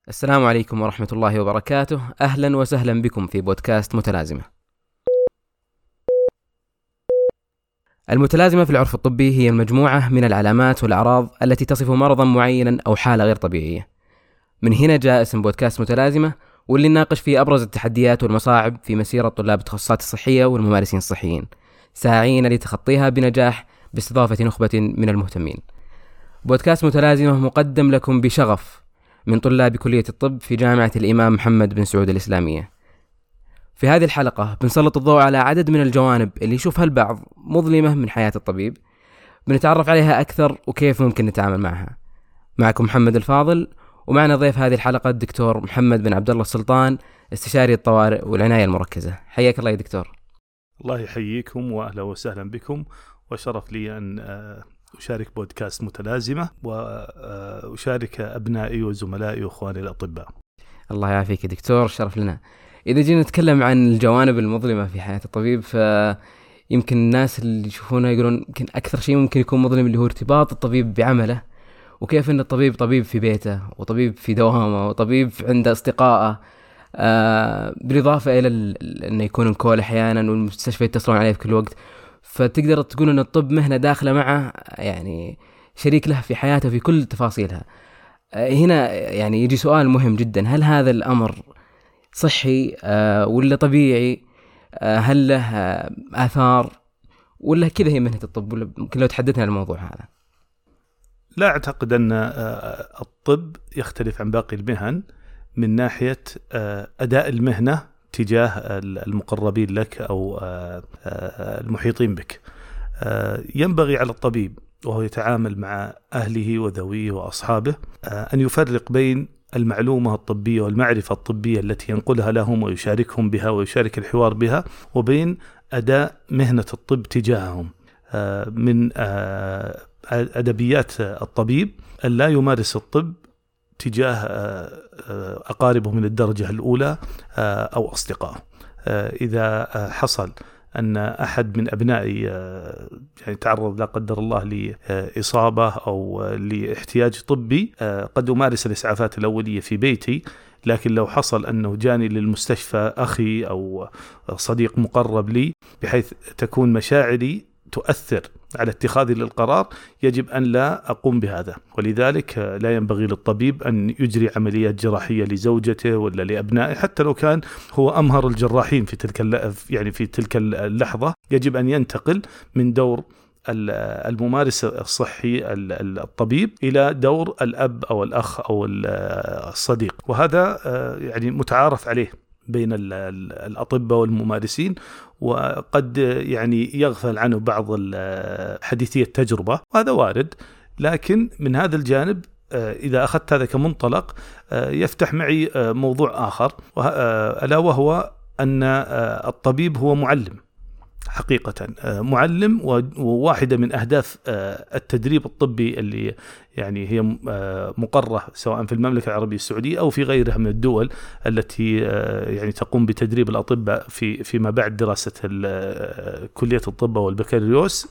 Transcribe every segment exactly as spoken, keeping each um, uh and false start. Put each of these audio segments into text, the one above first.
السلام عليكم ورحمة الله وبركاته. أهلا وسهلا بكم في بودكاست متلازمة. المتلازمة في العرف الطبي هي المجموعة من العلامات والأعراض التي تصف مرضا معينا أو حالة غير طبيعية. من هنا جاء اسم بودكاست متلازمة، واللي نناقش فيه أبرز التحديات والمصاعب في مسيرة طلاب التخصصات الصحية والممارسين الصحيين، ساعين لتخطيها بنجاح باستضافة نخبة من المهتمين. بودكاست متلازمة مقدم لكم بشغف من طلاب كلية الطب في جامعة الإمام محمد بن سعود الإسلامية. في هذه الحلقة بنسلط الضوء على عدد من الجوانب اللي يشوفها البعض مظلمة من حياة الطبيب، بنتعرف عليها أكثر وكيف ممكن نتعامل معها. معكم محمد الفاضل، ومعنا ضيف هذه الحلقة الدكتور محمد بن عبد الله السلطان، استشاري الطوارئ والعناية المركزة. حياك الله يا دكتور. الله يحييكم وأهلا وسهلا بكم، وشرف لي أن أشارك بودكاست متلازمة وأشارك أبنائي وزملائي وأخواني الأطباء. الله يعافيك يا دكتور، شرف لنا. إذا جينا نتكلم عن الجوانب المظلمة في حياة الطبيب، فيمكن الناس اللي يشوفونه يقولون يمكن أكثر شيء ممكن يكون مظلم اللي هو ارتباط الطبيب بعمله، وكيف أن الطبيب طبيب في بيته وطبيب في دوامه وطبيب عند أصدقائه، آه بالإضافة إلى أنه يكون الكول أحيانا والمستشفى يتصلون عليه في كل وقت. فتقدر تقول أن الطب مهنة داخلة معه، يعني شريك له في حياته في كل تفاصيلها. هنا يعني يجي سؤال مهم جدا: هل هذا الأمر صحي آه ولا طبيعي؟ آه هل له آه آثار ولا كذا هي مهنة الطب؟ ولا ممكن لو تحدثنا عن الموضوع هذا؟ لا أعتقد أن الطب يختلف عن باقي المهن من ناحية أداء المهنة تجاه المقربين لك أو المحيطين بك. ينبغي على الطبيب وهو يتعامل مع أهله وذويه وأصحابه أن يفرق بين المعلومة الطبية والمعرفة الطبية التي ينقلها لهم ويشاركهم بها ويشارك الحوار بها، وبين أداء مهنة الطب تجاههم. من أدبيات الطبيب أن لا يمارس الطب تجاه أقاربه من الدرجة الأولى أو أصدقائه. إذا حصل أن أحد من أبنائي يعني تعرض لا قدر الله لإصابة أو لاحتياج طبي، قد أمارس الإسعافات الأولية في بيتي، لكن لو حصل أنه جاني للمستشفى أخي أو صديق مقرب لي بحيث تكون مشاعري تؤثر على اتخاذي للقرار، يجب أن لا أقوم بهذا. ولذلك لا ينبغي للطبيب أن يجري عمليات جراحية لزوجته ولا لأبنائه، حتى لو كان هو أمهر الجراحين في تلك يعني في تلك اللحظة. يجب أن ينتقل من دور الممارس الصحي الطبيب إلى دور الأب أو الأخ أو الصديق، وهذا يعني متعارف عليه بين الأطباء والممارسين، وقد يعني يغفل عنه بعض حديثي التجربة، وهذا وارد. لكن من هذا الجانب إذا أخذت هذا كمنطلق يفتح معي موضوع آخر، ألا وهو أن الطبيب هو معلم حقيقة، معلم. وواحدة من أهداف التدريب الطبي اللي يعني هي مقررة سواء في المملكة العربية السعودية أو في غيرها من الدول التي يعني تقوم بتدريب الأطباء في فيما بعد دراسة كلية الطب والبكالوريوس،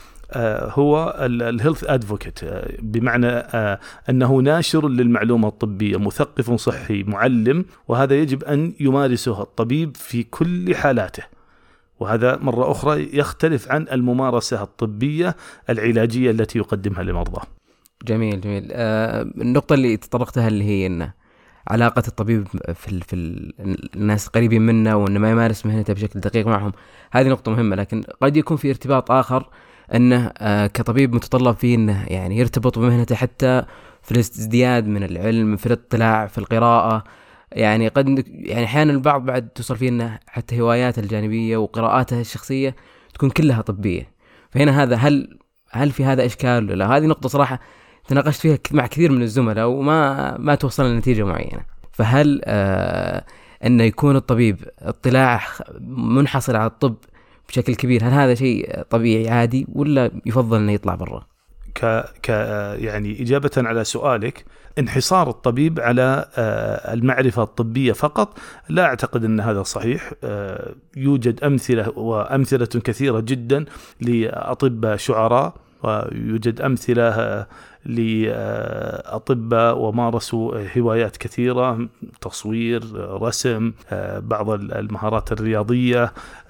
هو الهيلث أدفوكيت، بمعنى أنه ناشر للمعلومة الطبية، مثقف صحي، معلم، وهذا يجب أن يمارسه الطبيب في كل حالاته. وهذا مرة أخرى يختلف عن الممارسة الطبية العلاجية التي يقدمها لمرضى. جميل جميل. آه النقطة اللي تطرقتها اللي هي إن علاقة الطبيب في ال في ال الناس قريبين منا، وإنه ما يمارس مهنته بشكل دقيق معهم، هذه نقطة مهمة. لكن قد يكون في ارتباط آخر، أنه آه كطبيب متطلب فيه إنه يعني يرتبط بمهنته حتى في الازدياد من العلم، في الاطلاع، في القراءة. يعني قد يعني أحيانا البعض بعد توصل فيه إنه حتى هواياته الجانبية وقراءاته الشخصية تكون كلها طبية. فهنا هذا هل هل في هذا إشكال ولا لا؟ هذه نقطة صراحة تناقشت فيها مع كثير من الزملاء وما ما توصلنا لنتيجة معينة. فهل آه أنه يكون الطبيب اطلاع منحصر على الطب بشكل كبير، هل هذا شيء طبيعي عادي ولا يفضل أنه يطلع برا؟ ك ك يعني إجابة على سؤالك، انحصار الطبيب على المعرفة الطبية فقط لا أعتقد أن هذا صحيح. يوجد أمثلة وأمثلة كثيرة جدا لأطباء شعراء، ويوجد أمثلة لأطباء ومارسوا هوايات كثيرة، تصوير، رسم، بعض المهارات الرياضية.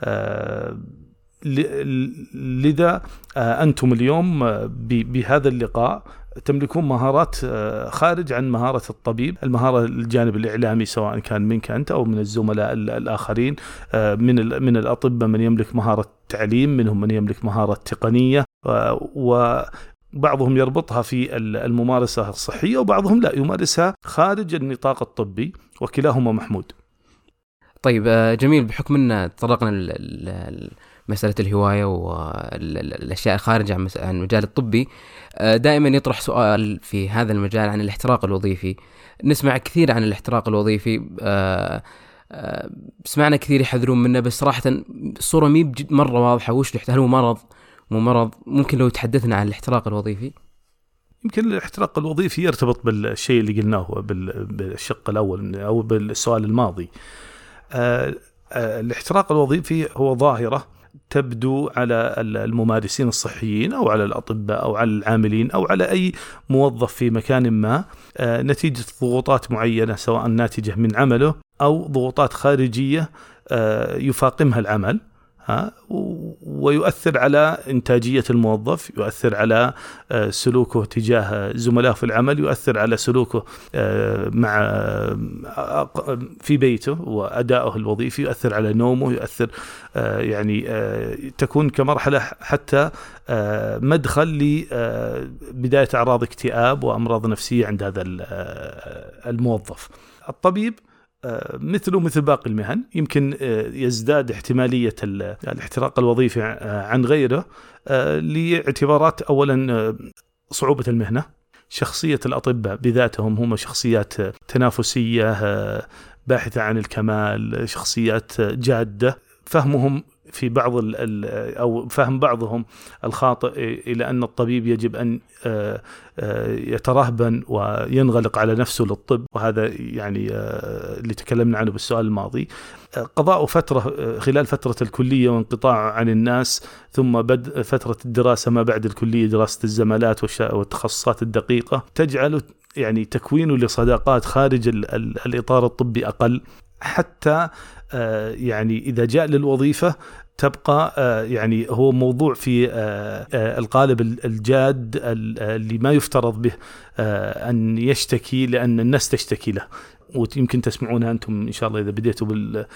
لذا أنتم اليوم بهذا اللقاء تملكون مهارات خارج عن مهارة الطبيب، المهارة الجانب الإعلامي سواء كان منك أنت أو من الزملاء الآخرين من من الأطباء، من يملك مهارة تعليم، منهم من يملك مهارة تقنية، وبعضهم يربطها في الممارسة الصحية وبعضهم لا يمارسها خارج النطاق الطبي، وكلاهما محمود. طيب جميل، بحكم أن تطرقنا مسألة الهواية والأشياء خارج عن المجال الطبي، دائما يطرح سؤال في هذا المجال عن الاحتراق الوظيفي. نسمع كثير عن الاحتراق الوظيفي، سمعنا كثير يحذرون منه، بس صراحة الصورة مي مرة واضحة. وش هل هو مرض مو مرض؟ ممكن لو تحدثنا عن الاحتراق الوظيفي. يمكن الاحتراق الوظيفي يرتبط بالشيء اللي قلناه بالشق الأول أو بالسؤال الماضي. الاحتراق الوظيفي هو ظاهرة تبدو على الممارسين الصحيين أو على الأطباء أو على العاملين أو على أي موظف في مكان ما نتيجة ضغوطات معينة، سواء ناتجة من عمله أو ضغوطات خارجية يفاقمها العمل، ها، ويؤثر على إنتاجية الموظف، يؤثر على سلوكه تجاه زملائه في العمل، يؤثر على سلوكه مع في بيته وأدائه الوظيفي، يؤثر على نومه، يؤثر يعني تكون كمرحلة حتى مدخل لبداية أعراض اكتئاب وأمراض نفسية عند هذا الموظف. الطبيب مثله مثل باقي المهن، يمكن يزداد احتمالية الاحتراق الوظيفي عن غيره لاعتبارات. أولا صعوبة المهنة، شخصية الأطباء بذاتهم هم شخصيات تنافسية باحثة عن الكمال، شخصيات جادة، فهمهم في بعض أو فهم بعضهم الخاطئ إلى أن الطبيب يجب أن يترهبن وينغلق على نفسه للطب، وهذا يعني اللي تكلمنا عنه بالسؤال الماضي. قضاء فترة خلال فترة الكلية وانقطاع عن الناس، ثم بدء فترة الدراسة ما بعد الكلية، دراسة الزمالات والتخصصات الدقيقة، تجعل يعني تكوينه لصداقات خارج الإطار الطبي أقل، حتى يعني إذا جاء للوظيفة تبقى يعني هو موضوع في القالب الجاد اللي ما يفترض به أن يشتكي، لأن الناس تشتكي له. ويمكن تسمعونها أنتم إن شاء الله إذا بديتوا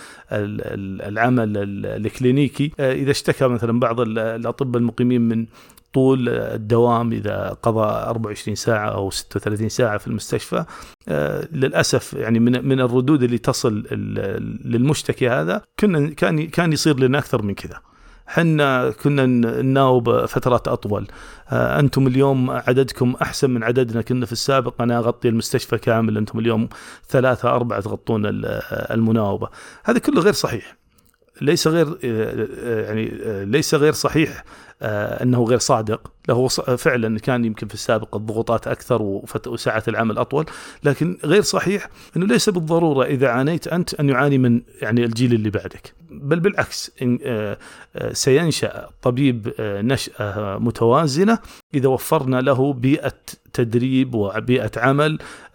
بالعمل الكلينيكي، إذا اشتكى مثلا بعض الأطباء المقيمين من طول الدوام، إذا قضى أربعة وعشرين ساعة أو ستة وثلاثين ساعة في المستشفى، للأسف يعني من من الردود اللي تصل للمشتكي هذا كنا كان كان يصير لنا أكثر من كذا. حنا كنا نناوب فترات أطول، أنتم اليوم عددكم أحسن من عددنا كنا في السابق، أنا أغطي المستشفى كامل، أنتم اليوم ثلاثة أربعة تغطون المناوبة. هذا كله غير صحيح، ليس غير يعني ليس غير صحيح أنه غير صادق. له فعلا كان يمكن في السابق الضغوطات أكثر وساعة العمل أطول، لكن غير صحيح أنه ليس بالضرورة إذا عانيت أنت أن يعاني من يعني الجيل اللي بعدك، بل بالعكس إن سينشأ طبيب نشأة متوازنة إذا وفرنا له بيئة تدريب وبيئة عمل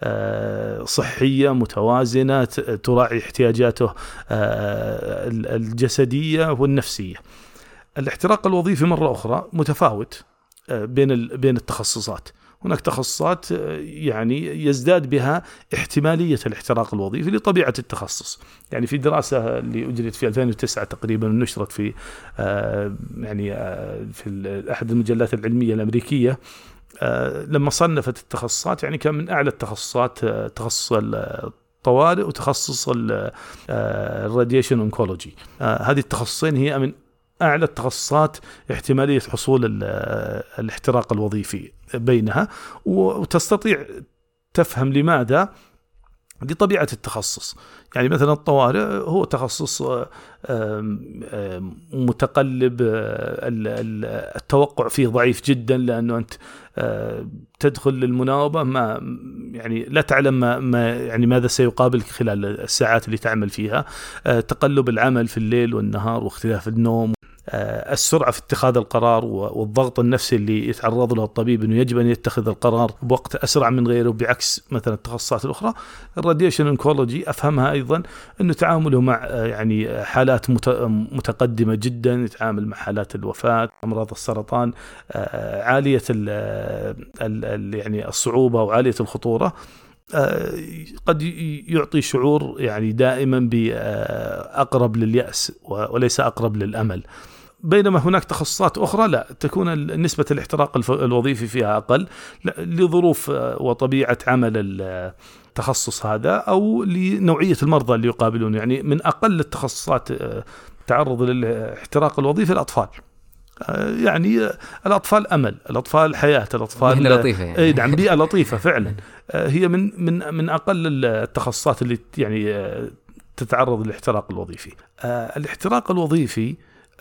صحية متوازنة تراعي احتياجاته الجسدية والنفسية. الاحتراق الوظيفي مرة أخرى متفاوت بين بين التخصصات. هناك تخصصات يعني يزداد بها احتمالية الاحتراق الوظيفي لطبيعة التخصص. يعني في دراسة اللي أجرت في ألفين وتسعة تقريبا ونشرت في يعني في أحد المجلات العلمية الأمريكية، لما صنفت التخصصات يعني كان من أعلى التخصصات تخصص الطوارئ وتخصص الراديشن أونكولوجي. هذه التخصصين هي من أعلى التخصصات احتمالية حصول الاحتراق الوظيفي بينها، وتستطيع تفهم لماذا بطبيعة التخصص. يعني مثلا الطوارئ هو تخصص متقلب، التوقع فيه ضعيف جدا، لأنه أنت تدخل للمناوبة ما يعني لا تعلم ما, ما يعني ماذا سيقابلك خلال الساعات اللي تعمل فيها، تقلب العمل في الليل والنهار واختلاف النوم، السرعة في اتخاذ القرار والضغط النفسي اللي يتعرض له الطبيب أنه يجب أن يتخذ القرار بوقت أسرع من غيره، بعكس مثلا التخصصات الأخرى. الراديشن أونكولوجي أفهمها أيضا أنه تعامله مع يعني حالات متقدمة جدا، يتعامل مع حالات الوفاة، أمراض السرطان عالية ال يعني الصعوبة وعالية الخطورة، قد يعطي شعور يعني دائما بأقرب لليأس وليس أقرب للأمل. بينما هناك تخصصات أخرى لا، تكون نسبة الاحتراق الوظيفي فيها أقل لظروف وطبيعة عمل التخصص هذا أو لنوعية المرضى اللي يقابلون. يعني من أقل التخصصات تعرض للاحتراق الوظيفي الأطفال. يعني الأطفال أمل، الأطفال حياة، الأطفال بيئة لطيفة يعني. أي نعم، بيئة لطيفة فعلا. هي من من من أقل التخصصات اللي يعني تتعرض للاحتراق الوظيفي. الاحتراق الوظيفي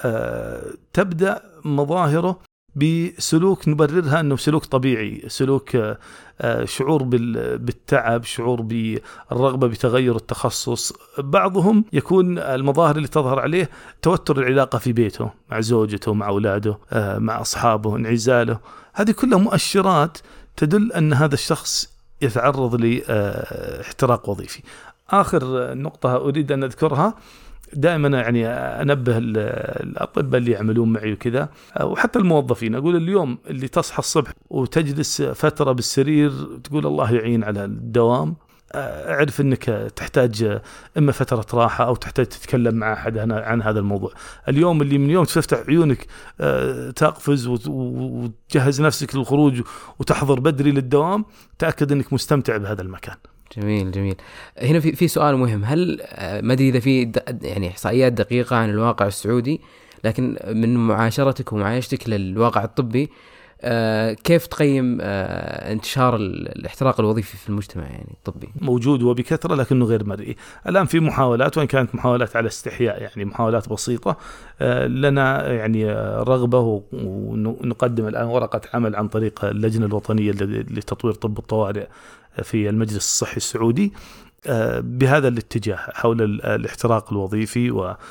تبدأ مظاهره بسلوك نبررها أنه سلوك طبيعي، سلوك شعور بالتعب، شعور بالرغبة بتغير التخصص. بعضهم يكون المظاهر اللي تظهر عليه توتر العلاقة في بيته مع زوجته، مع أولاده، مع أصحابه، انعزاله. هذه كلها مؤشرات تدل أن هذا الشخص يتعرض لاحتراق وظيفي. آخر نقطة أريد أن أذكرها، دائما يعني أنبه الأطباء اللي يعملون معي وكذا، وحتى الموظفين، أقول اليوم اللي تصحى الصبح وتجلس فترة بالسرير تقول الله يعين على الدوام، أعرف أنك تحتاج إما فترة راحة أو تحتاج تتكلم مع أحد عن هذا الموضوع. اليوم اللي من يوم تفتح عيونك تقفز وتجهز نفسك للخروج وتحضر بدري للدوام، تأكد أنك مستمتع بهذا المكان. جميل جميل. هنا في في سؤال مهم، هل ما ادري اذا في يعني احصائيات دقيقه عن الواقع السعودي، لكن من معاشرتك ومعايشتك للواقع الطبي كيف تقيم انتشار الاحتراق الوظيفي في المجتمع يعني الطبي؟ موجود وبكثره لكنه غير مرئي. الان في محاولات، وان كانت محاولات على استحياء، يعني محاولات بسيطه. لنا يعني رغبه ونقدم الان ورقه عمل عن طريق اللجنه الوطنيه لتطوير طب الطوارئ في المجلس الصحي السعودي بهذا الاتجاه حول الاحتراق الوظيفي.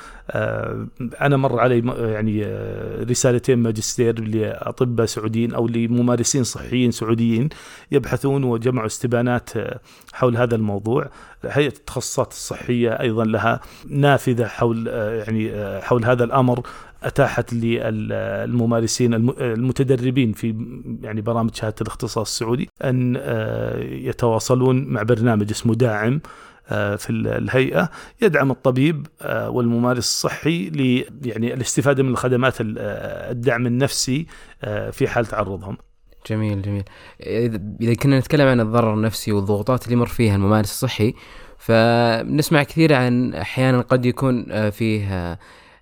وأنا مر علي يعني رسالتين ماجستير لأطباء سعوديين أو لممارسين صحيين سعوديين يبحثون وجمعوا استبانات حول هذا الموضوع. هيئة التخصصات الصحية أيضا لها نافذة حول يعني حول هذا الأمر، أتاحت للممارسين المتدربين في يعني برامج شهادة الاختصاص السعودي أن يتواصلون مع برنامج اسمه داعم في الهيئة يدعم الطبيب والممارس الصحي ل يعني الاستفادة من الخدمات الدعم النفسي في حال تعرضهم. جميل جميل. إذا كنا نتكلم عن الضرر النفسي والضغوطات اللي يمر فيها الممارس الصحي، فنسمع كثير عن أحيانا قد يكون فيه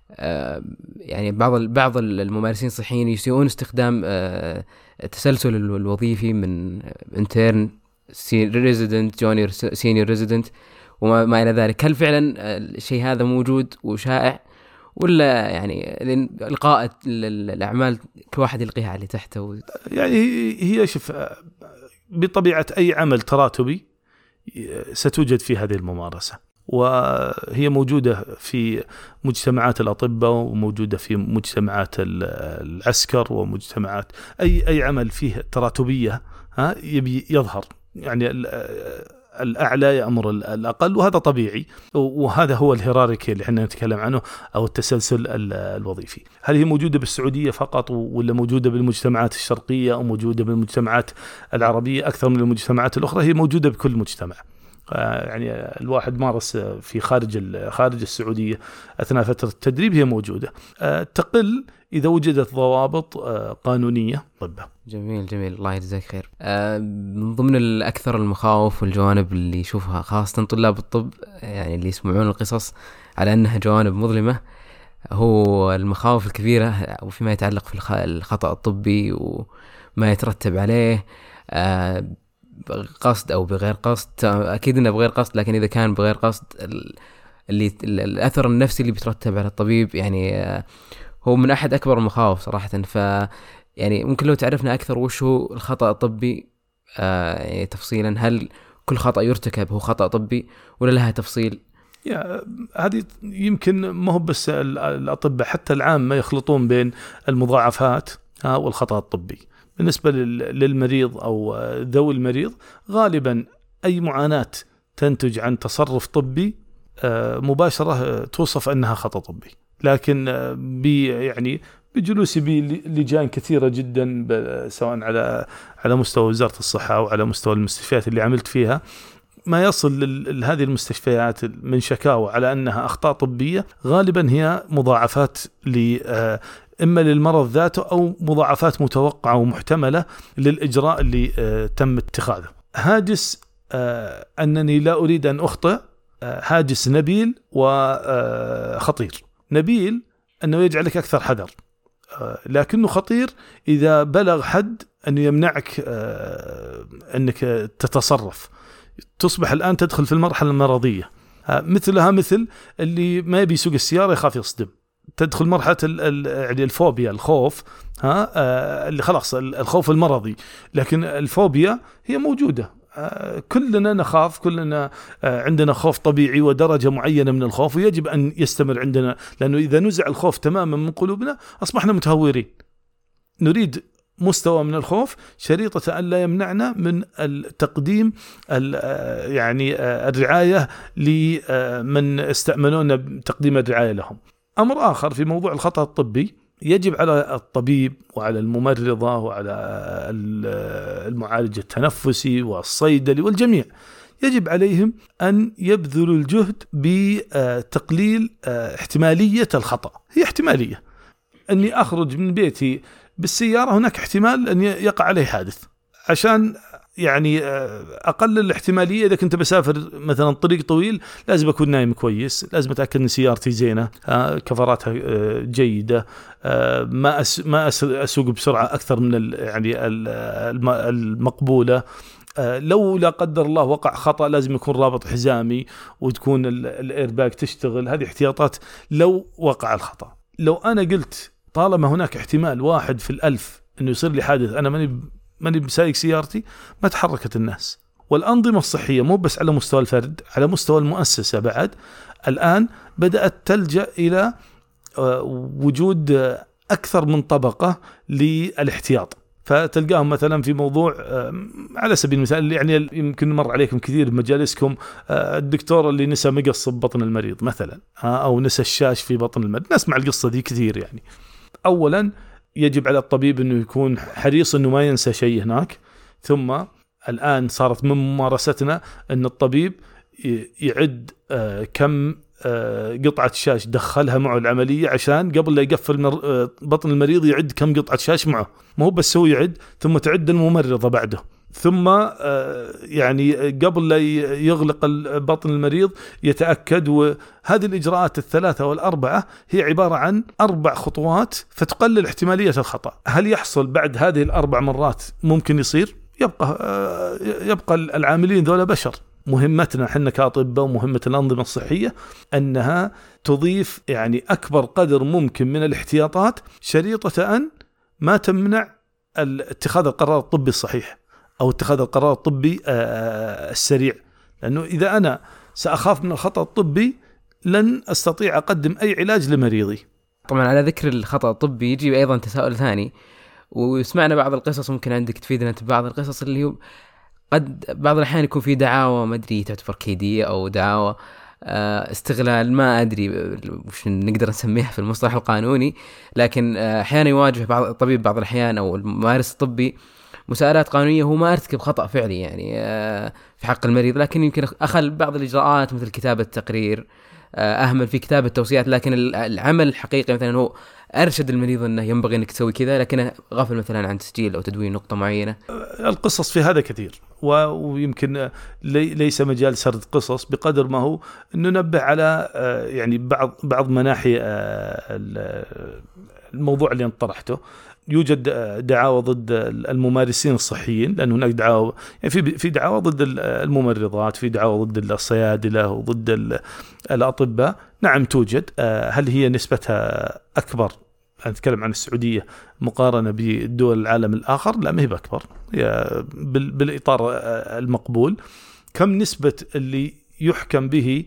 يعني بعض بعض الممارسين الصحيين يسيئون استخدام التسلسل الوظيفي من intern resident junior senior resident وما إلى ذلك. هل فعلا الشيء هذا موجود وشائع، ولا يعني إلقاء الأعمال كل واحد يلقيها على تحته؟ يعني هي شوف، بطبيعة أي عمل تراتبي ستوجد في هذه الممارسة، وهي موجودة في مجتمعات الأطباء وموجودة في مجتمعات العسكر ومجتمعات أي أي عمل فيه تراتبية ها يبي يظهر، يعني الأعلى يأمر الأقل، وهذا طبيعي، وهذا هو الهيراركي اللي احنا نتكلم عنه أو التسلسل الوظيفي. هل هي موجودة بالسعودية فقط ولا موجودة بالمجتمعات الشرقية أو موجودة بالمجتمعات العربية أكثر من المجتمعات الأخرى؟ هي موجودة بكل مجتمع. يعني الواحد مارس في خارج خارج السعودية أثناء فترة التدريب هي موجودة، تقل إذا وجدت ضوابط قانونية طبة. جميل جميل، الله يجزاك خير. من ضمن الأكثر المخاوف والجوانب اللي يشوفها خاصة طلاب الطب، يعني اللي يسمعون القصص على أنها جوانب مظلمة، هو المخاوف الكبيرة وفيما يتعلق في الخطأ الطبي وما يترتب عليه قصد أو بغير قصد. أكيد إنه بغير قصد، لكن إذا كان بغير قصد اللي الأثر النفسي اللي بيترتب على الطبيب يعني هو من أحد أكبر المخاوف صراحة. ف يعني ممكن لو تعرفنا أكثر وش هو الخطأ الطبي يعني تفصيلا، هل كل خطأ يرتكب هو خطأ طبي ولا لها تفصيل؟ هذه يمكن ما هو بس الأطباء، حتى العامة يخلطون بين المضاعفات والخطأ الطبي. بالنسبة للمريض أو ذوي المريض غالبا أي معاناة تنتج عن تصرف طبي مباشرة توصف أنها خطأ طبي، لكن بي يعني بجلوسي بلجان كثيرة جدا سواء على على مستوى وزارة الصحة أو على مستوى المستشفيات اللي عملت فيها، ما يصل لهذه المستشفيات من شكاوى على أنها أخطاء طبية غالبا هي مضاعفات ل إما للمرض ذاته أو مضاعفات متوقعة ومحتملة للإجراء اللي تم اتخاذه. هاجس أنني لا أريد أن أخطئ هاجس نبيل وخطير. نبيل أنه يجعلك أكثر حذر، لكنه خطير إذا بلغ حد أنه يمنعك أنك تتصرف، تصبح الآن تدخل في المرحلة المرضية. مثلها مثل اللي ما يبي يسوق السيارة يخاف يصدم، تدخل مرحلة يعني الفوبيا، الخوف، ها اللي خلاص الخوف المرضي. لكن الفوبيا هي موجودة، كلنا نخاف، كلنا عندنا خوف طبيعي ودرجة معينة من الخوف، ويجب أن يستمر عندنا، لأنه إذا نزع الخوف تماما من قلوبنا أصبحنا متهورين. نريد مستوى من الخوف شريطة أن لا يمنعنا من التقديم يعني الرعاية لمن استأمنونا بتقديم الرعاية لهم. أمر آخر في موضوع الخطأ الطبي، يجب على الطبيب وعلى الممرضة وعلى المعالج التنفسي والصيدلي والجميع يجب عليهم أن يبذلوا الجهد بتقليل احتمالية الخطأ. هي احتمالية أني أخرج من بيتي بالسيارة، هناك احتمال أن يقع عليه حادث، عشان يعني أقلل الاحتمالية. إذا كنت بسافر مثلا طريق طويل لازم أكون نايم كويس، لازم أتأكد أن سيارتي زينة، كفراتها جيدة، ما أس ما أسوق بسرعة أكثر من يعني المقبولة. لو لا قدر الله وقع خطأ لازم يكون رابط حزامي وتكون الإيرباك تشتغل. هذه احتياطات لو وقع الخطأ. لو أنا قلت طالما هناك احتمال واحد في الألف أنه يصير لي حادث، أنا ماني ماني بسايق سيارتي، ما تحركت الناس. والأنظمة الصحية مو بس على مستوى الفرد، على مستوى المؤسسة بعد الآن بدأت تلجأ إلى وجود أكثر من طبقة للاحتياط. فتلقاهم مثلا في موضوع على سبيل المثال، يعني يمكن مر عليكم كثير بمجالسكم الدكتور اللي نسى مقص ببطن المريض مثلا، أو نسى الشاش في بطن المريض. نسمع القصة دي كثير. يعني أولا يجب على الطبيب أنه يكون حريص أنه ما ينسى شيء هناك. ثم الآن صارت من ممارستنا أن الطبيب يعد كم قطعة شاش دخلها معه العملية، عشان قبل لا يقفل بطن المريض يعد كم قطعة شاش معه. ما هو بس هو يعد، ثم تعد الممرضة بعده، ثم يعني قبل لا يغلق بطن المريض يتأكد. وهذه الإجراءات الثلاثة والأربعة هي عبارة عن أربع خطوات، فتقلل احتمالية الخطأ. هل يحصل بعد هذه الأربع مرات؟ ممكن يصير. يبقى يبقى العاملين ذولا بشر. مهمتنا حنا كأطباء ومهمة الأنظمة الصحية أنها تضيف يعني أكبر قدر ممكن من الاحتياطات، شريطة أن ما تمنع اتخاذ القرار الطبي الصحيح أو اتخاذ القرار الطبي السريع. لأنه إذا أنا سأخاف من الخطأ الطبي لن أستطيع أقدم أي علاج لمريضي. طبعا على ذكر الخطأ الطبي يجي أيضا تساؤل ثاني، وسمعنا بعض القصص، ممكن عندك تفيدنا بعض القصص اللي هو قد بعض الأحيان يكون في دعاوى ما أدري تعتبر كيدية أو دعاوى استغلال، ما أدري وش نقدر نسميها في المصطلح القانوني، لكن أحيانا يواجه بعض الطبيب بعض الأحيان أو الممارس الطبي مساءلات قانونية هو ما ارتكب خطأ فعلي يعني في حق المريض، لكن يمكن أخل بعض الإجراءات مثل كتابة تقرير، أهمل في كتابة توصيات، لكن العمل الحقيقي مثلا هو أرشد المريض أنه ينبغي أنك تسوي كذا، لكن غفل مثلا عن تسجيل أو تدوين نقطة معينة. القصص في هذا كثير، ويمكن ليس مجال سرد قصص بقدر ما هو أنه ننبه على يعني بعض بعض مناحي الموضوع اللي انطرحته. يوجد دعاوى ضد الممارسين الصحيين، لأن هناك دعاوى يعني في في دعاوى ضد الممرضات، في دعاوى ضد الصيادلة وضد الأطباء. نعم توجد. هل هي نسبتها أكبر؟ نتكلم عن السعودية مقارنة بالدول العالم الآخر، لا ما هي بأكبر، هي بالإطار المقبول. كم نسبة اللي يحكم به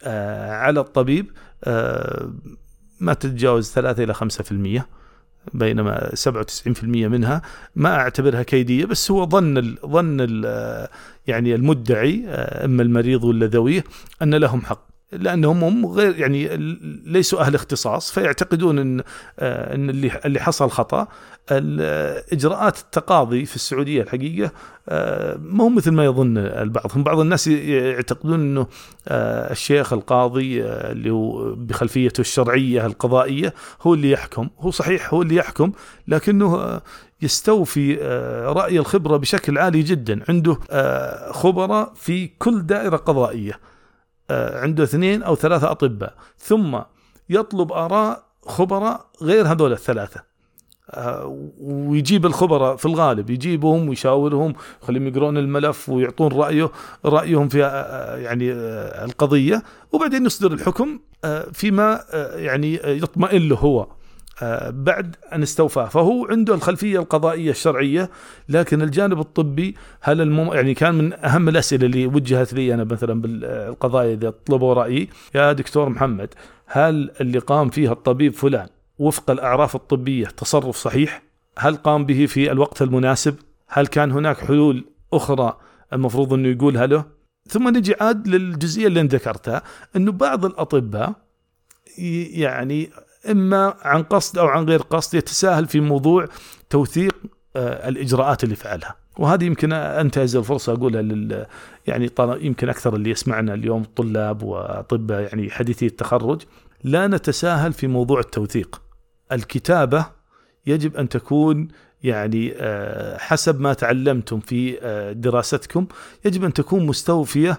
على الطبيب ما تتجاوز ثلاثة إلى خمسة في المية، بينما سبعة وتسعين في المية منها ما أعتبرها كيدية، بس هو ظن ال ظن ال يعني المدعي إما المريض ولا ذويه أن لهم حق، لأنهم هم غير يعني ليسوا أهل اختصاص، فيعتقدون أن أن اللي اللي حصل خطأ. الإجراءات التقاضي في السعودية الحقيقة ما هو مثل ما يظن البعض. هم بعض الناس يعتقدون أنه الشيخ القاضي اللي هو بخلفيته الشرعية القضائية هو اللي يحكم. هو صحيح هو اللي يحكم، لكنه يستوفي رأي الخبرة بشكل عالي جدا. عنده خبراء في كل دائرة قضائية، عنده اثنين أو ثلاثة أطباء، ثم يطلب آراء خبراء غير هذول الثلاثة، ويجيب الخبراء في الغالب يجيبهم ويشاورهم ويخليهم يقرون الملف ويعطون رأيه رأيهم في يعني القضية، وبعدين يصدر الحكم فيما يعني يطمئن له هو بعد أن استوفاه. فهو عنده الخلفية القضائية الشرعية، لكن الجانب الطبي هل المم... يعني كان من أهم الأسئلة اللي وجهت لي أنا مثلا بالقضايا إذا طلبوا رأيي: يا دكتور محمد، هل اللي قام فيها الطبيب فلان وفق الأعراف الطبية تصرف صحيح؟ هل قام به في الوقت المناسب؟ هل كان هناك حلول أخرى المفروض أنه يقولها له؟ ثم نجي عاد للجزئية اللي ذكرتها، أنه بعض الأطباء يعني إما عن قصد أو عن غير قصد يتساهل في موضوع توثيق الإجراءات اللي فعلها. وهذه يمكن أنتهز الفرصة أقولها لل يعني يمكن أكثر اللي يسمعنا اليوم طلاب وأطباء يعني حديثي التخرج، لا نتساهل في موضوع التوثيق. الكتابة يجب أن تكون يعني حسب ما تعلمتم في دراستكم، يجب أن تكون مستوفية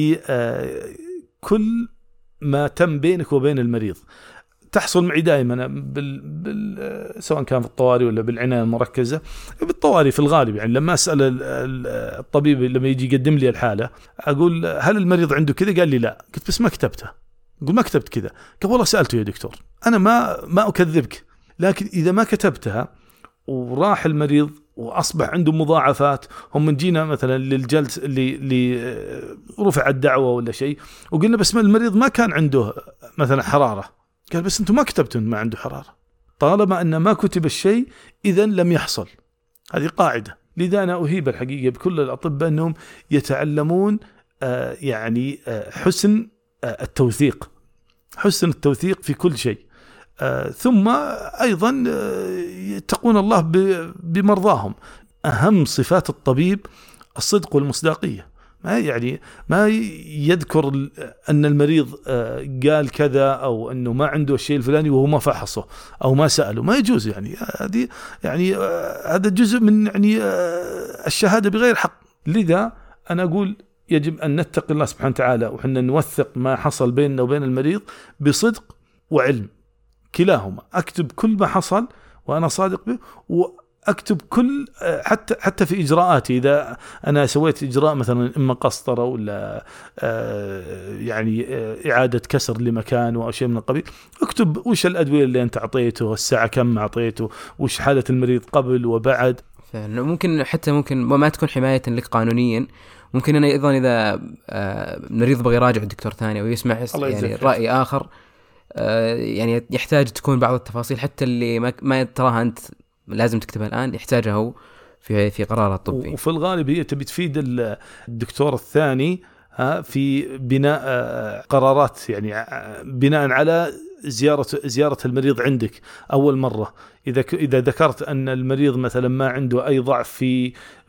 لكل ما تم بينك وبين المريض. تحصل معي دائما بال... بال... سواء كان في الطوارئ ولا بالعناية المركزة. بالطوارئ في الغالب يعني لما أسأل الطبيب لما يجي يقدم لي الحالة أقول: هل المريض عنده كذا؟ قال لي لا. قلت: بس ما كتبته. أقول: ما كتبت كذا. قال: والله سألته يا دكتور. أنا ما ما أكذبك، لكن إذا ما كتبتها وراح المريض وأصبح عنده مضاعفات، هم من جينا مثلا للجلس اللي, اللي رفع الدعوة ولا شيء وقلنا بس ما المريض ما كان عنده مثلا حرارة، قال: بس أنتم ما كتبتوا ما عنده حرارة. طالما أن ما كتب الشيء إذن لم يحصل. هذه قاعدة. لذا أنا أهيب الحقيقة بكل الأطباء أنهم يتعلمون آه يعني آه حسن آه التوثيق، حسن التوثيق في كل شيء. آه ثم أيضا آه يتقون الله بمرضاهم. أهم صفات الطبيب الصدق والمصداقية. ما يعني ما يذكر أن المريض قال كذا أو أنه ما عنده الشيء الفلاني وهو ما فحصه أو ما سأله، ما يجوز. يعني هذه يعني هذا جزء من يعني الشهادة بغير حق. لذا أنا أقول يجب أن نتقي الله سبحانه وتعالى، وحنا نوثق ما حصل بيننا وبين المريض بصدق وعلم كلاهما. أكتب كل ما حصل وأنا صادق به، و أكتب كل حتى حتى في إجراءاتي. إذا أنا سويت إجراء مثلا إما قسطرة ولا يعني إعادة كسر لمكان أو شيء من القبيل، أكتب وش الأدوية اللي أنت أعطيته، الساعة كم أعطيته، وش حالة المريض قبل وبعد. ممكن حتى ممكن ما تكون حماية لك قانونيا، ممكن أنا أيضا إذا المريض بغي يراجع الدكتور ثاني ويسمع يعني رأي آخر، يعني يحتاج تكون بعض التفاصيل حتى اللي ما, ما تراها أنت لازم تكتبها الآن يحتاجها هو في في قراره الطبي. وفي الغالب هي تبي تفيد الدكتور الثاني في بناء قرارات، يعني بناء على زيارة زيارة المريض عندك أول مرة. إذا إذا ذكرت أن المريض مثلا ما عنده أي ضعف في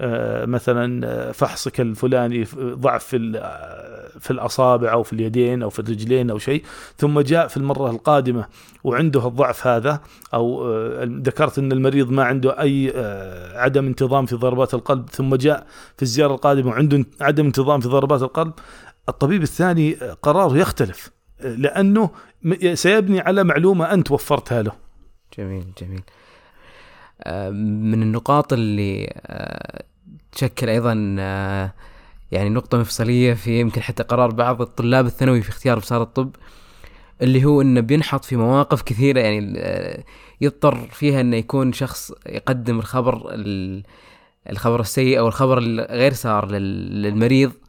مثلا فحصك الفلاني، ضعف في في الأصابع أو في اليدين أو في الرجلين أو شيء، ثم جاء في المرة القادمة وعنده الضعف هذا، أو ذكرت أن المريض ما عنده أي عدم انتظام في ضربات القلب، ثم جاء في الزيارة القادمة وعنده عدم انتظام في ضربات القلب، الطبيب الثاني قراره يختلف، لأنه سيبني على معلومة أنت وفرتها له. جميل جميل. من النقاط اللي تشكل أيضا يعني نقطة مفصلية في يمكن حتى قرار بعض الطلاب الثانوي في اختيار مسار الطب، اللي هو إنه بينحط في مواقف كثيرة يعني يضطر فيها إنه يكون شخص يقدم الخبر الخبر السيء أو الخبر الغير سار للمريض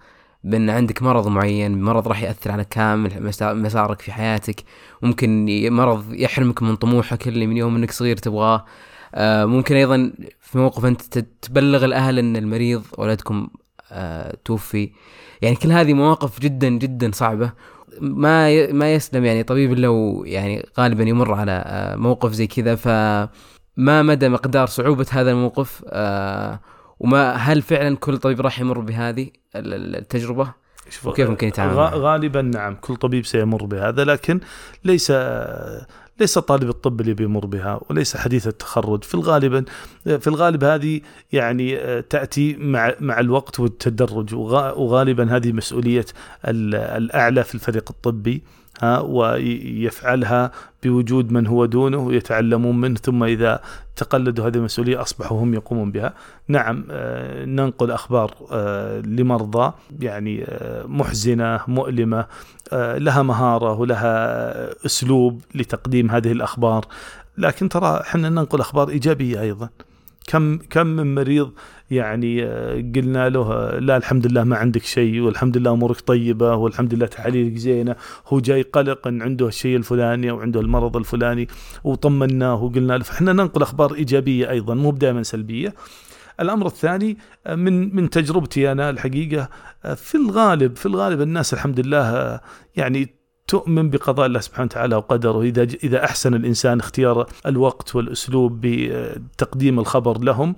بأن عندك مرض معين، مرض راح يأثر على كامل مسارك في حياتك، ممكن مرض يحرمك من طموحك اللي من يوم أنك صغير تبغاه. آه ممكن أيضا في موقف أنت تبلغ الأهل أن المريض ولدكم آه توفي. يعني كل هذه مواقف جدا جدا صعبة، ما ما يسلم يعني طبيب لو يعني غالبا يمر على آه موقف زي كذا. فما مدى مقدار صعوبة هذا الموقف، آه وما هل فعلا كل طبيب راح يمر بهذه التجربة، وكيف ممكن يتعامل؟ غالبا نعم، كل طبيب سيمر بهذا، لكن ليس ليس طالب الطب اللي بيمر بها، وليس حديث التخرج. في الغالب في الغالب هذه يعني تأتي مع مع الوقت والتدرج، وغالبا هذه مسؤولية الأعلى في الفريق الطبي، ها، ويفعلها بوجود من هو دونه ويتعلمون منه، ثم إذا تقلدوا هذه المسؤولية أصبحوا هم يقومون بها. نعم، ننقل أخبار لمرضى يعني محزنة مؤلمة، لها مهارة ولها أسلوب لتقديم هذه الأخبار، لكن ترى حنا ننقل أخبار إيجابية أيضا. كم كم من مريض يعني قلنا له لا الحمد لله ما عندك شيء، والحمد لله أمورك طيبة، والحمد لله تحاليلك زينة، هو جاي قلق أن عنده الشيء الفلاني أو عنده المرض الفلاني، وطمناه وقلنا له. فإحنا ننقل أخبار إيجابية أيضا، مو دائما سلبية. الأمر الثاني من من تجربتي أنا الحقيقة، في الغالب في الغالب الناس الحمد لله يعني تؤمن بقضاء الله سبحانه وتعالى وقدره. إذا إذا أحسن الإنسان اختيار الوقت والأسلوب بتقديم الخبر لهم،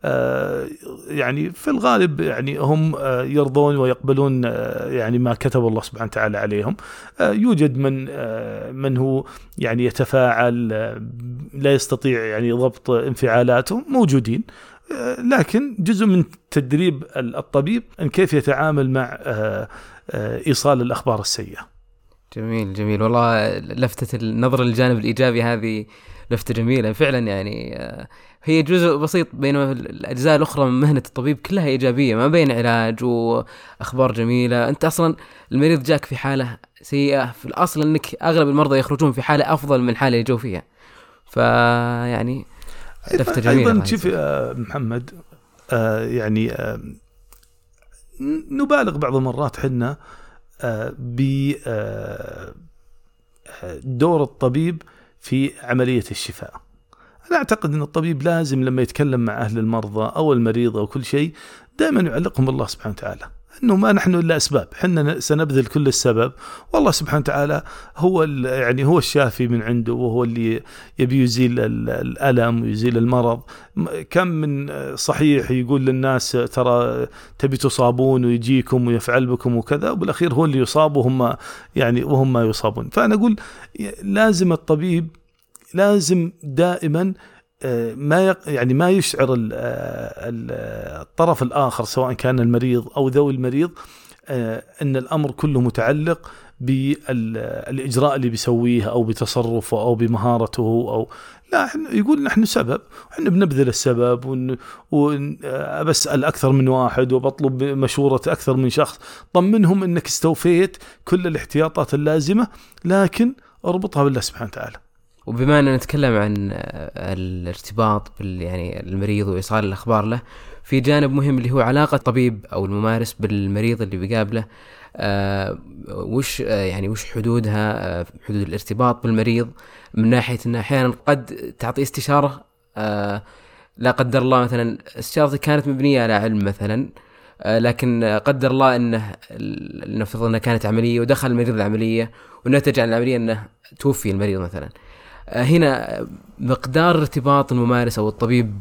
يعني في الغالب يعني هم يرضون ويقبلون يعني ما كتب الله سبحانه وتعالى عليهم. يوجد من من هو يعني يتفاعل، لا يستطيع يعني ضبط انفعالاته، موجودين، لكن جزء من تدريب الطبيب أن كيف يتعامل مع إيصال الأخبار السيئة. جميل جميل والله، لفتة النظر للجانب الإيجابي هذه لفتة جميلة فعلا. يعني هي جزء بسيط، بينما الأجزاء الأخرى من مهنة الطبيب كلها إيجابية، ما بين علاج وأخبار جميلة. أنت أصلا المريض جاك في حالة سيئة، في الأصل أنك أغلب المرضى يخرجون في حالة أفضل من حالة يجوا فيها، فيعني لفتة جميلة. أيضا شوف محمد، آه يعني آه نبالغ بعض المرات حنا بدور الطبيب في عملية الشفاء. أنا أعتقد أن الطبيب لازم لما يتكلم مع أهل المرضى أو المريض أو كل شيء دائما يعلقهم بالله سبحانه وتعالى، أنه ما نحن إلا أسباب، حنا سنبذل كل السبب، والله سبحانه وتعالى هو يعني هو الشافي من عنده، وهو اللي يبي يزيل الألم ويزيل المرض. كم من صحيح يقول للناس ترى تبي تصابون ويجيكم ويفعل بكم وكذا، وبالأخير هو اللي يصاب وهم يعني وهم ما يصابون. فأنا أقول لازم الطبيب لازم دائما ما يعني ما يشعر الطرف الآخر سواء كان المريض أو ذوي المريض أن الأمر كله متعلق بالإجراء اللي بيسويه أو بتصرفه أو بمهارته، أو لا، يقول نحن سبب، وإحنا بنبذل السبب، وبسأل أكثر من واحد وبطلب مشورة أكثر من شخص، طمنهم أنك استوفيت كل الاحتياطات اللازمة، لكن اربطها بالله سبحانه وتعالى. وبما أننا نتكلم عن الارتباط بال يعني المريض وإيصال الأخبار له، في جانب مهم اللي هو علاقة الطبيب أو الممارس بالمريض اللي بيقابله. آه وش آه يعني وش حدودها، آه حدود الارتباط بالمريض، من ناحية أن أحيانا قد تعطي استشارة آه لا قدر الله، مثلا استشارتي كانت مبنية على علم مثلا، آه لكن قدر الله أنه نفرض أنها كانت عملية ودخل المريض العملية ونتج عن العملية أنه توفي المريض مثلا. هنا مقدار ارتباط الممارس أو الطبيب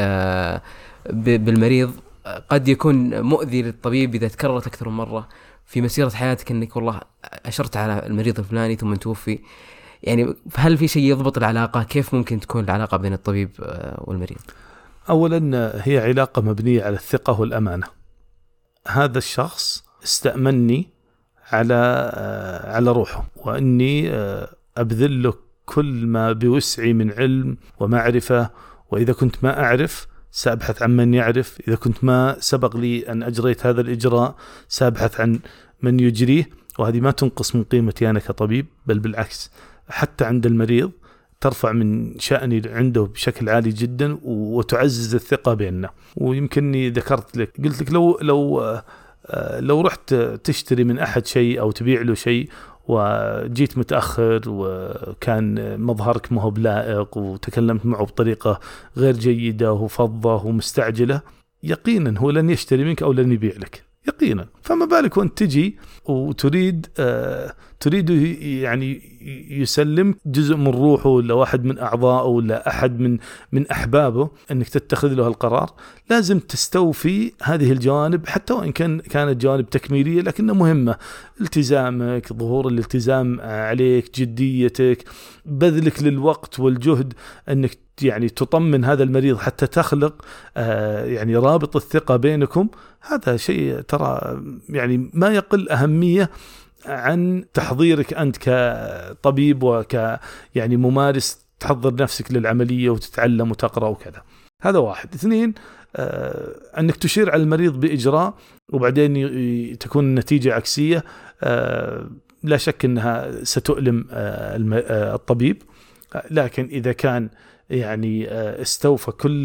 بالمريض قد يكون مؤذي للطبيب إذا تكررت أكثر من مرة في مسيرة حياتك، أنك والله أشرت على المريض الفلاني ثم توفي. يعني هل في شيء يضبط العلاقة؟ كيف ممكن تكون العلاقة بين الطبيب والمريض؟ أولا هي علاقة مبنية على الثقة والأمانة. هذا الشخص استأمني على على روحه، وأني أبذل له كل ما بوسعي من علم ومعرفة، وإذا كنت ما أعرف سأبحث عن من يعرف، إذا كنت ما سبق لي أن أجريت هذا الإجراء سأبحث عن من يجريه. وهذه ما تنقص من قيمتي أنا كطبيب، بل بالعكس حتى عند المريض ترفع من شأني عنده بشكل عالي جدا، وتعزز الثقة بيننا. ويمكنني ذكرت لك قلت لك لو لو لو رحت تشتري من أحد شيء أو تبيع له شيء وجيت متأخر وكان مظهرك ما هو بلائق وتكلمت معه بطريقة غير جيدة وفظة ومستعجلة، يقينا هو لن يشتري منك أو لن يبيع لك يقينا. فما بالك وانت تجي وتريد آه تريد يعني يسلم جزء من روحه ولا واحد من أعضائه ولا أحد من من أحبابه أنك تتخذ له القرار. لازم تستوفي هذه الجوانب حتى وإن كان كانت جوانب تكميلية لكنها مهمة. التزامك، ظهور الالتزام عليك، جديتك، بذلك للوقت والجهد أنك يعني تطمن هذا المريض حتى تخلق آه يعني رابط الثقة بينكم. هذا شيء ترى يعني ما يقل أهمية عن تحضيرك أنت كطبيب وك يعني ممارس تحضر نفسك للعملية وتتعلم وتقرأ وكذا. هذا واحد. اثنين، آه أنك تشير على المريض بإجراء وبعدين تكون النتيجة عكسية، آه لا شك أنها ستؤلم آه الطبيب. لكن إذا كان يعني استوفى كل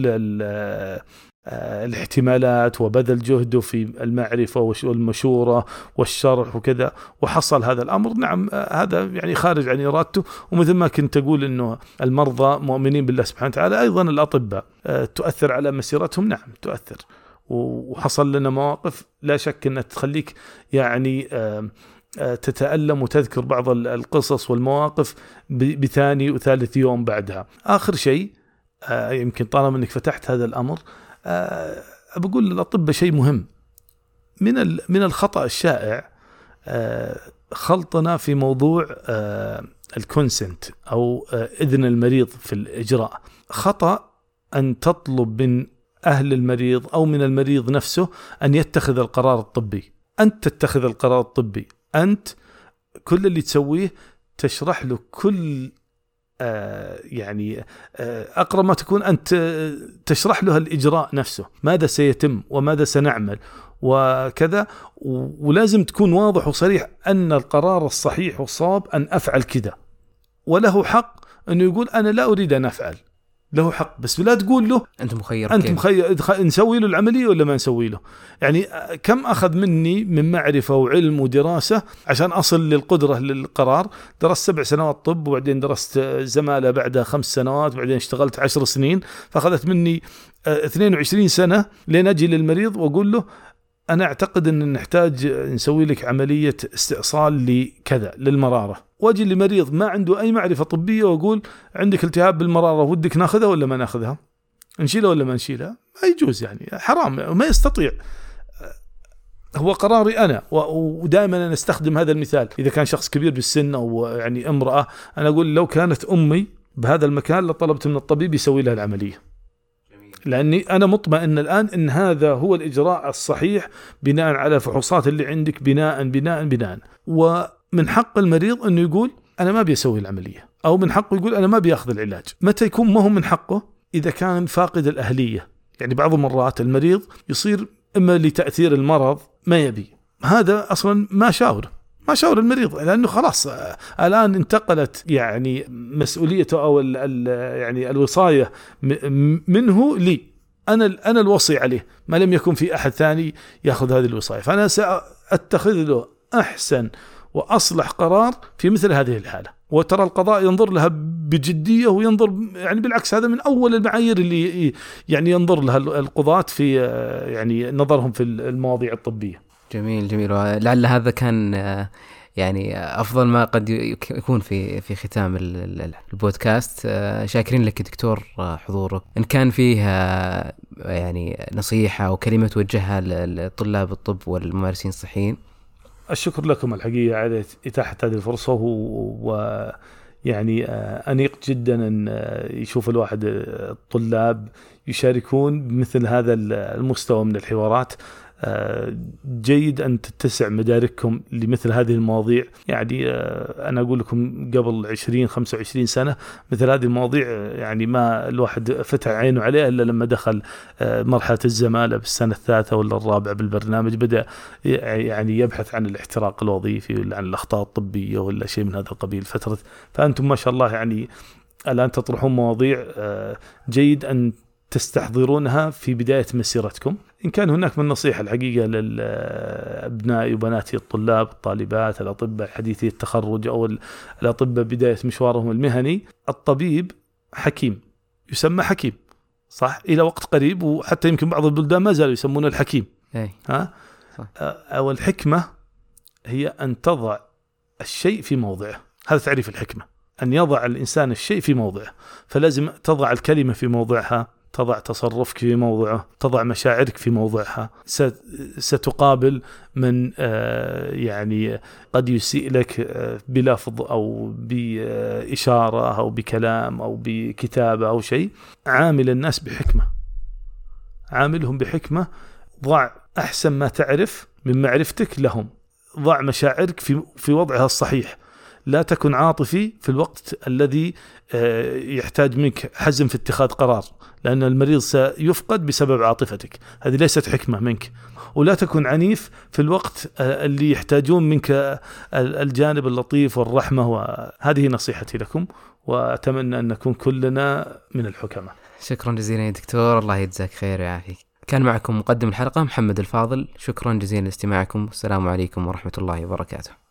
الاحتمالات وبذل جهده في المعرفة والمشورة والشرح وكذا وحصل هذا الأمر، نعم هذا يعني خارج عن إرادته. ومثل ما كنت أقول أنه المرضى مؤمنين بالله سبحانه وتعالى، أيضا الأطباء تؤثر على مسيرتهم، نعم تؤثر. وحصل لنا مواقف لا شك أنها تخليك يعني تتألم وتذكر بعض القصص والمواقف بثاني وثالث يوم بعدها. آخر شيء يمكن طالما أنك فتحت هذا الأمر، بقول للأطباء شيء مهم من من الخطأ الشائع، خلطنا في موضوع الكونسنت أو إذن المريض في الإجراء. خطأ أن تطلب من أهل المريض أو من المريض نفسه أن يتخذ القرار الطبي. أنت تتخذ القرار الطبي، أنت كل اللي تسويه تشرح له كل آه يعني آه أقرب ما تكون أنت تشرح له الإجراء نفسه، ماذا سيتم وماذا سنعمل وكذا. ولازم تكون واضح وصريح أن القرار الصحيح والصواب أن أفعل كذا، وله حق أنه يقول أنا لا أريد أن أفعل، له حق. بس لا تقول له أنت مخير، أنت مخير نسوي له العملية ولا ما نسوي له. يعني كم أخذ مني من معرفة وعلم ودراسة عشان أصل للقدرة للقرار. درست سبع سنوات طب، وبعدين درست زمالة بعدها خمس سنوات، وبعدين اشتغلت عشر سنين، فأخذت مني اثنين وعشرين سنة لين أجي للمريض وأقول له أنا أعتقد أن نحتاج نسوي لك عملية استئصال لكذا للمرارة. واجي لمريض ما عنده أي معرفة طبية وأقول عندك التهاب بالمرارة، ودك ناخذها ولا ما ناخذها، نشيلها ولا ما نشيلها؟ ما يجوز، يعني حرام، ما يستطيع. هو قراري أنا. ودائما أنا أستخدم هذا المثال إذا كان شخص كبير بالسن أو يعني امرأة. أنا أقول لو كانت أمي بهذا المكان لطلبت من الطبيب يسوي لها العملية، لأني أنا مطمئن الآن إن هذا هو الإجراء الصحيح بناء على فحوصات اللي عندك، بناء بناء بناء. ومن حق المريض أنه يقول أنا ما بيسوي العملية، أو من حقه يقول أنا ما بيأخذ العلاج. متى يكون ما هو من حقه؟ إذا كان فاقد الأهلية. يعني بعض المرات المريض يصير إما لتأثير المرض ما يبي، هذا أصلا ما شاور ما شاور المريض، لأنه خلاص الآن انتقلت يعني مسؤوليته أو ال ال يعني الوصاية منه لي، أنا أنا الوصي عليه، ما لم يكن في أحد ثاني يأخذ هذه الوصاية. فأنا سأتخذ له أحسن وأصلح قرار في مثل هذه الحالة. وترى القضاء ينظر لها بجدية، وينظر يعني بالعكس، هذا من أول المعايير اللي يعني ينظر لها القضاة في يعني نظرهم في المواضيع الطبية. جميل جميل. لعل هذا كان يعني أفضل ما قد يكون في في ختام البودكاست. شاكرين لك دكتور حضورك. إن كان فيه يعني نصيحة أو كلمة توجهها لطلاب الطب والممارسين الصحيين. الشكر لكم الحقيقة على إتاحة هذه الفرصة، ويعني أنيق جدا أن يشوف الواحد الطلاب يشاركون بمثل هذا المستوى من الحوارات. جيد أن تتسع مدارككم لمثل هذه المواضيع. يعني أنا أقول لكم قبل عشرين خمسة وعشرين سنة مثل هذه المواضيع يعني ما الواحد فتح عينه عليها إلا لما دخل مرحلة الزمالة بالسنة الثالثة ولا الرابعة بالبرنامج، بدأ يعني يبحث عن الاحتراق الوظيفي ولا عن الأخطاء الطبية ولا شيء من هذا القبيل. فترة فأنتم ما شاء الله يعني الآن تطرحون مواضيع. جيد أن تستحضرونها في بداية مسيرتكم. إن كان هناك من نصيحة الحقيقة للأبناء وبناتي الطلاب الطالبات الأطباء حديثي التخرج أو الأطباء بداية مشوارهم المهني، الطبيب حكيم، يسمى حكيم صح إلى وقت قريب، وحتى يمكن بعض البلدان ما زالوا يسمونه الحكيم. ها؟ أو الحكمة هي أن تضع الشيء في موضعه، هذا تعريف الحكمة، أن يضع الإنسان الشيء في موضعه. فلازم تضع الكلمة في موضعها، تضع تصرفك في موضعه، تضع مشاعرك في موضعها. ستقابل من يعني قد يسيء لك بلفظ أو بإشارة أو بكلام أو بكتابة أو شيء. عامل الناس بحكمة، عاملهم بحكمة، ضع أحسن ما تعرف من معرفتك لهم، ضع مشاعرك في في وضعها الصحيح، لا تكن عاطفي في الوقت الذي يحتاج منك حزم في اتخاذ قرار، لأن المريض سيفقد بسبب عاطفتك، هذه ليست حكمة منك. ولا تكن عنيف في الوقت اللي يحتاجون منك الجانب اللطيف والرحمة. وهذه نصيحتي لكم، وأتمنى أن نكون كلنا من الحكماء. شكرا جزيلا يا دكتور، الله يجزاك خير ويعافيك. كان معكم مقدم الحلقة محمد الفاضل، شكرا جزيلا لاستماعكم، والسلام عليكم ورحمة الله وبركاته.